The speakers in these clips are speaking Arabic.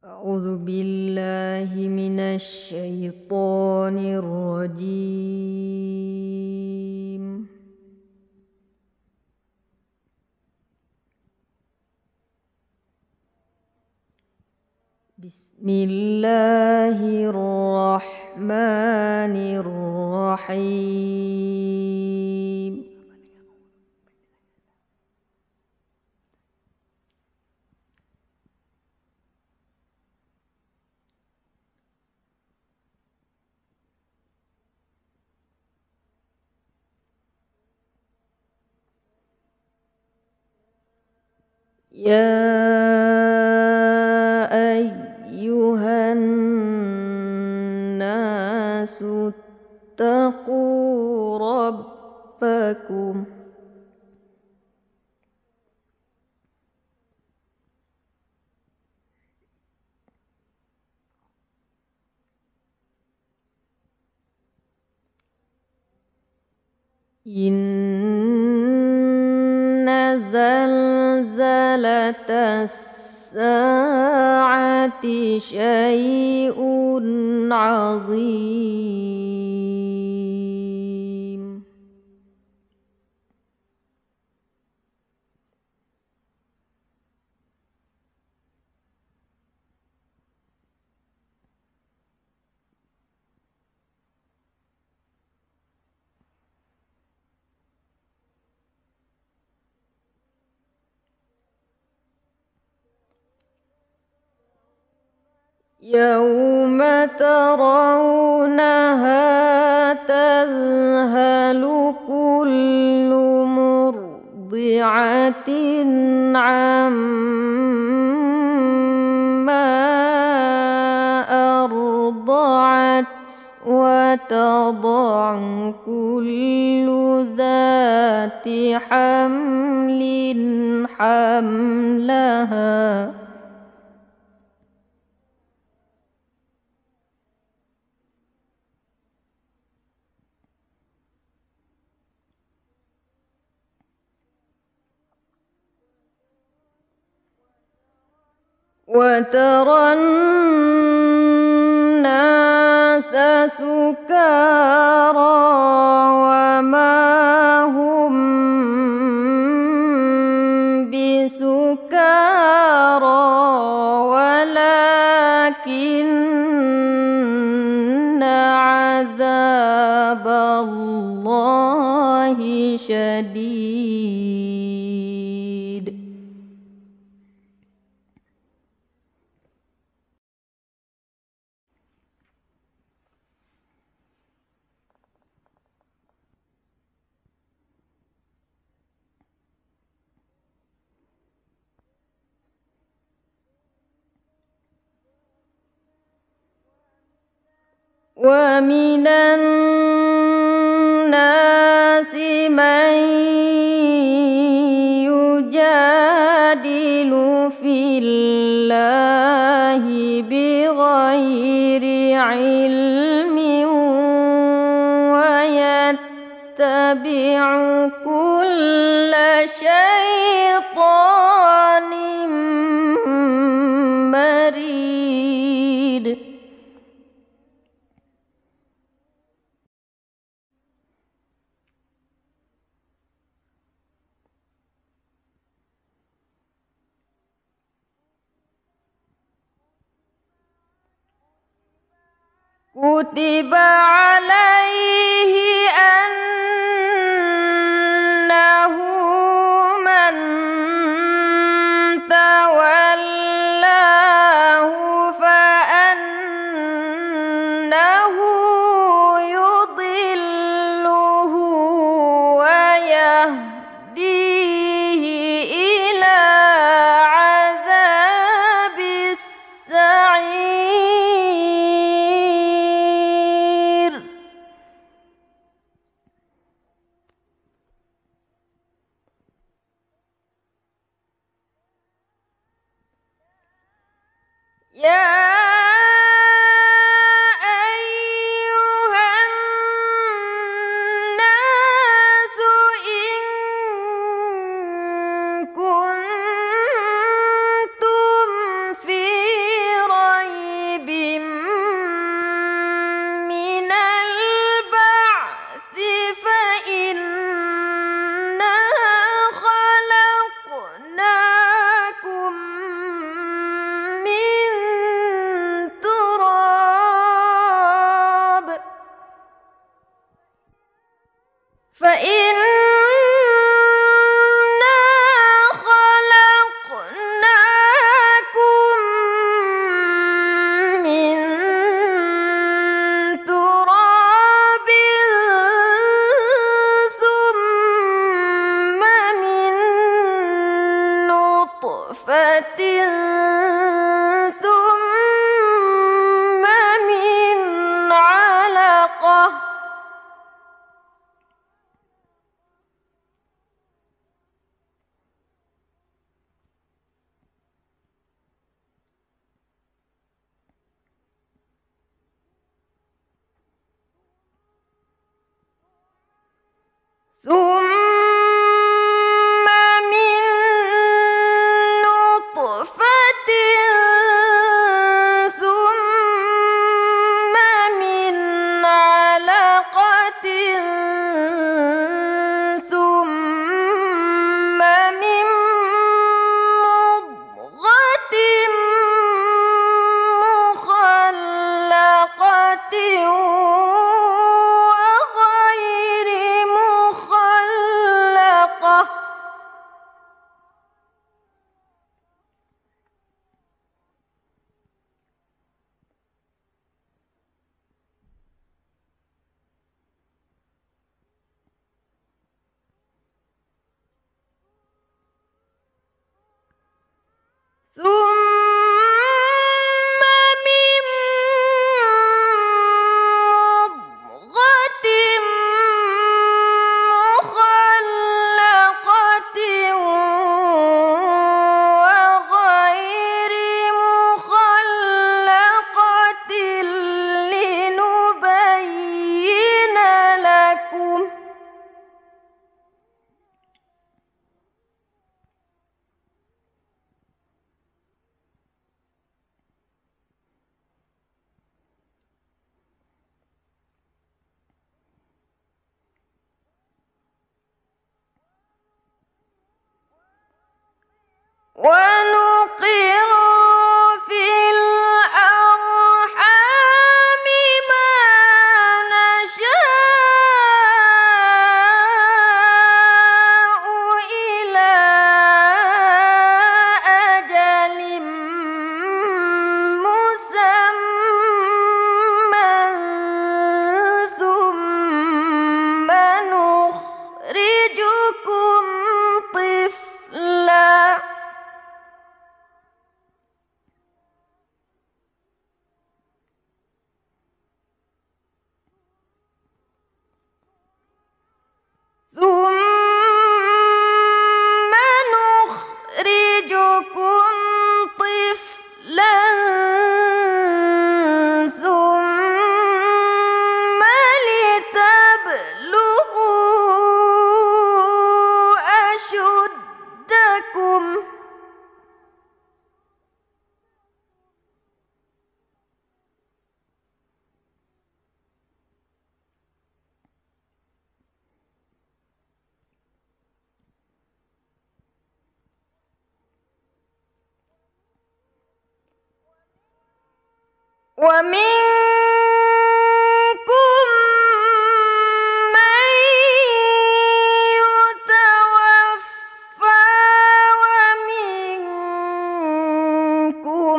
أعوذ بالله من الشيطان الرجيم. بسم الله الرحمن الرحيم. يا أيها الناس اتقوا ربكم إن زلزلة الساعة شيء عظيم. يوم ترونها تذهل كل مرضعة عما أرضعت وتضع كل ذات حمل حملها وترى الناس سكارى وما هم بسكارى ولكن عذاب الله شديد. ومن الناس من يجادل في الله بغير علم ويتبع كل شيطان مريد. كتب عليه أنه من تولاه فأنه يضله ويهديه إلى عذاب السعير. يا أيها الناس إن كنتم في ثم من نطفة ثم من علقة ثم من مضغة مخلقة وغير مخلقة ثم من مضغة مخلقة وغير مخلقة لنبين لكم ونقر في الأرحام ما نشاء إلى أجل مسمى ثم نخرجكم طفلا ثم نخرجكم طفلا ثم لتبلغوا أشدكم ومنكم من يتوفى ومنكم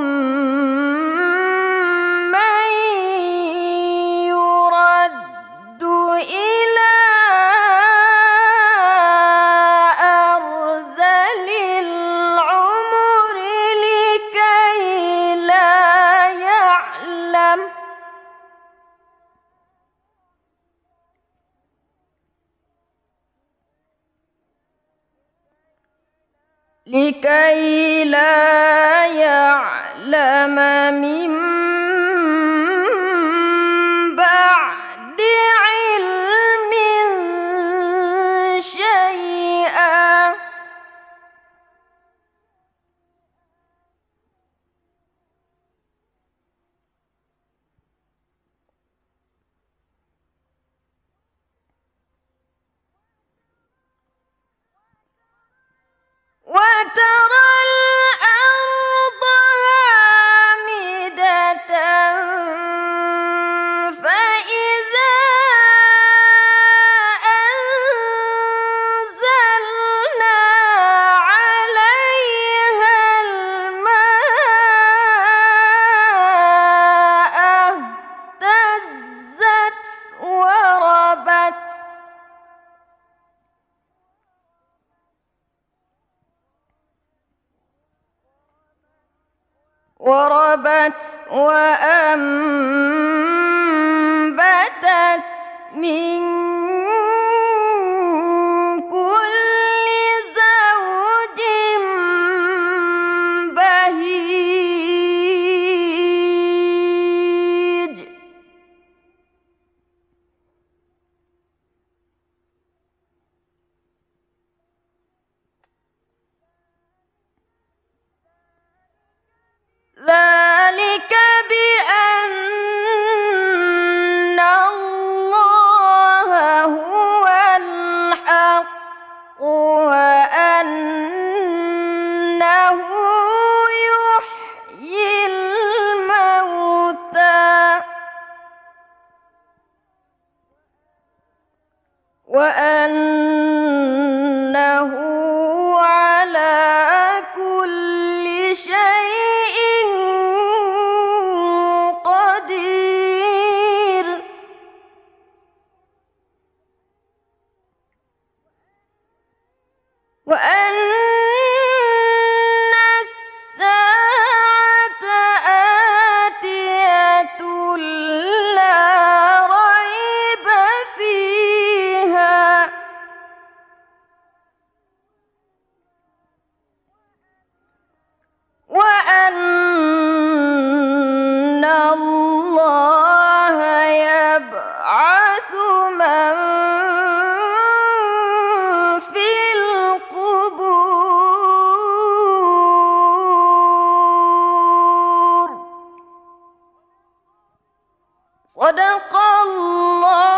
من يرد إلى أرذل العمر لكي لا يعلم من بعد علم شيئا وترى الأرض هامدة فإذا أنزلنا عليها الماء اهتزت وربت وأنبتت من كل زوج بهيج صدق الله